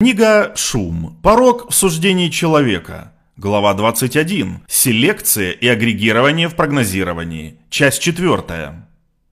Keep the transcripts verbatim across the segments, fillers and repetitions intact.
Книга «Шум. Порог в суждении человека». Глава двадцать один. Селекция и агрегирование в прогнозировании. Часть четвертая.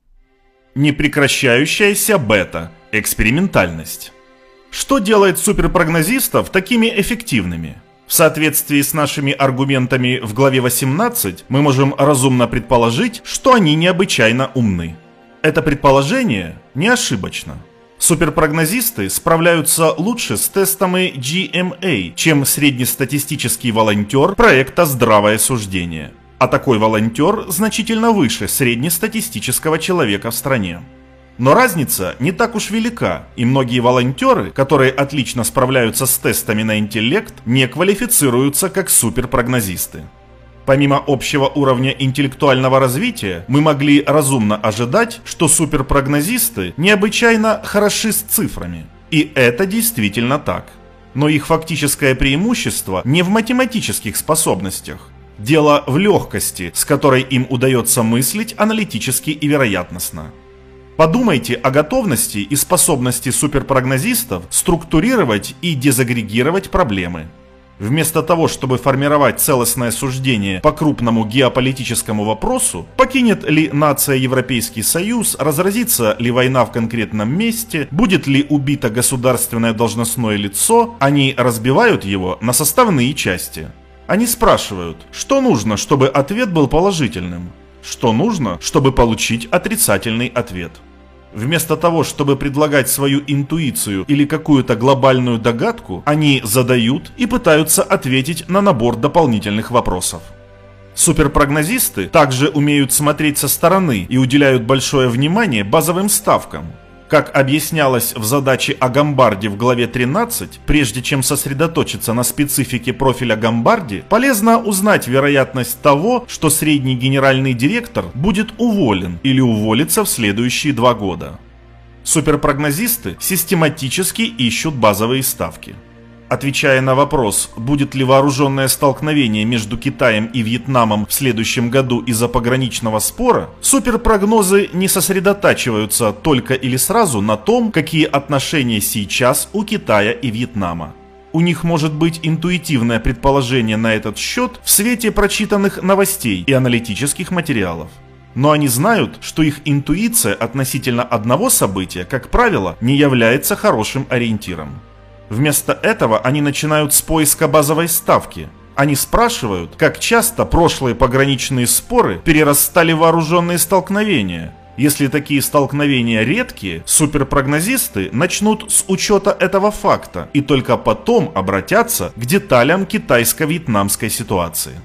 Непрекращающаяся бета. Экспериментальность. Что делает суперпрогнозистов такими эффективными? В соответствии с нашими аргументами в главе восемнадцать мы можем разумно предположить, что они необычайно умны. Это предположение не ошибочно. Суперпрогнозисты справляются лучше с тестами джи эм эй, чем среднестатистический волонтер проекта «Здравое суждение». А такой волонтер значительно выше среднестатистического человека в стране. Но разница не так уж велика, и многие волонтеры, которые отлично справляются с тестами на интеллект, не квалифицируются как суперпрогнозисты. Помимо общего уровня интеллектуального развития, мы могли разумно ожидать, что суперпрогнозисты необычайно хороши с цифрами. И это действительно так. Но их фактическое преимущество не в математических способностях. Дело в легкости, с которой им удается мыслить аналитически и вероятностно. Подумайте о готовности и способности суперпрогнозистов структурировать и дезагрегировать проблемы. Вместо того, чтобы формировать целостное суждение по крупному геополитическому вопросу, покинет ли нация Европейский Союз, разразится ли война в конкретном месте, будет ли убито государственное должностное лицо, они разбивают его на составные части. Они спрашивают, что нужно, чтобы ответ был положительным, что нужно, чтобы получить отрицательный ответ. Вместо того, чтобы предлагать свою интуицию или какую-то глобальную догадку, они задают и пытаются ответить на набор дополнительных вопросов. Суперпрогнозисты также умеют смотреть со стороны и уделяют большое внимание базовым ставкам. Как объяснялось в задаче о Гамбарде в главе тринадцать, прежде чем сосредоточиться на специфике профиля Гамбарди, полезно узнать вероятность того, что средний генеральный директор будет уволен или уволится в следующие два года. Суперпрогнозисты систематически ищут базовые ставки. Отвечая на вопрос, будет ли вооруженное столкновение между Китаем и Вьетнамом в следующем году из-за пограничного спора, суперпрогнозы не сосредотачиваются только или сразу на том, какие отношения сейчас у Китая и Вьетнама. У них может быть интуитивное предположение на этот счет в свете прочитанных новостей и аналитических материалов. Но они знают, что их интуиция относительно одного события, как правило, не является хорошим ориентиром. Вместо этого они начинают с поиска базовой ставки. Они спрашивают, как часто прошлые пограничные споры перерастали в вооруженные столкновения. Если такие столкновения редкие, суперпрогнозисты начнут с учета этого факта и только потом обратятся к деталям китайско-вьетнамской ситуации.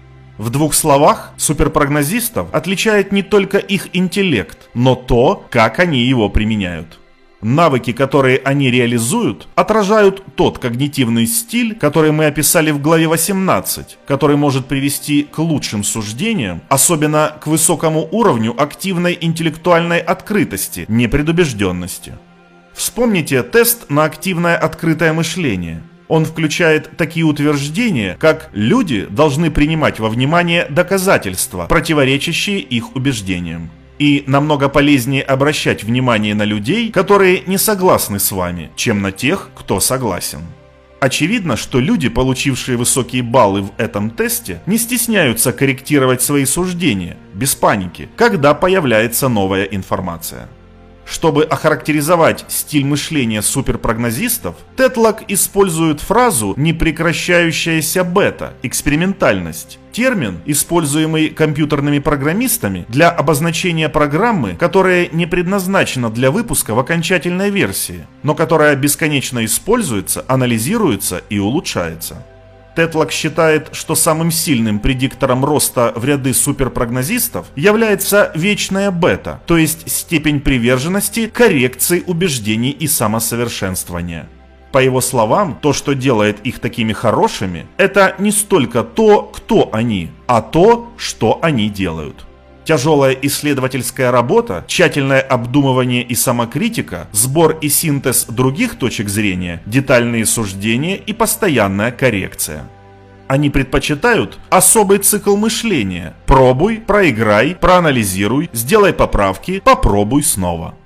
В двух словах, суперпрогнозистов отличает не только их интеллект, но то, как они его применяют. Навыки, которые они реализуют, отражают тот когнитивный стиль, который мы описали в главе восемнадцать, который может привести к лучшим суждениям, особенно к высокому уровню активной интеллектуальной открытости, непредубежденности. Вспомните тест на активное открытое мышление. Он включает такие утверждения, как «люди должны принимать во внимание доказательства, противоречащие их убеждениям». И намного полезнее обращать внимание на людей, которые не согласны с вами, чем на тех, кто согласен. Очевидно, что люди, получившие высокие баллы в этом тесте, не стесняются корректировать свои суждения, без паники, когда появляется новая информация. Чтобы охарактеризовать стиль мышления суперпрогнозистов, Тетлок использует фразу «непрекращающаяся бета» – экспериментальность. Термин, используемый компьютерными программистами для обозначения программы, которая не предназначена для выпуска в окончательной версии, но которая бесконечно используется, анализируется и улучшается. Тетлок считает, что самым сильным предиктором роста в ряды суперпрогнозистов является вечная бета, то есть степень приверженности коррекции убеждений и самосовершенствования. По его словам, то, что делает их такими хорошими, это не столько то, кто они, а то, что они делают. Тяжелая исследовательская работа, тщательное обдумывание и самокритика, сбор и синтез других точек зрения, детальные суждения и постоянная коррекция. Они предпочитают особый цикл мышления. Пробуй, проиграй, проанализируй, сделай поправки, попробуй снова.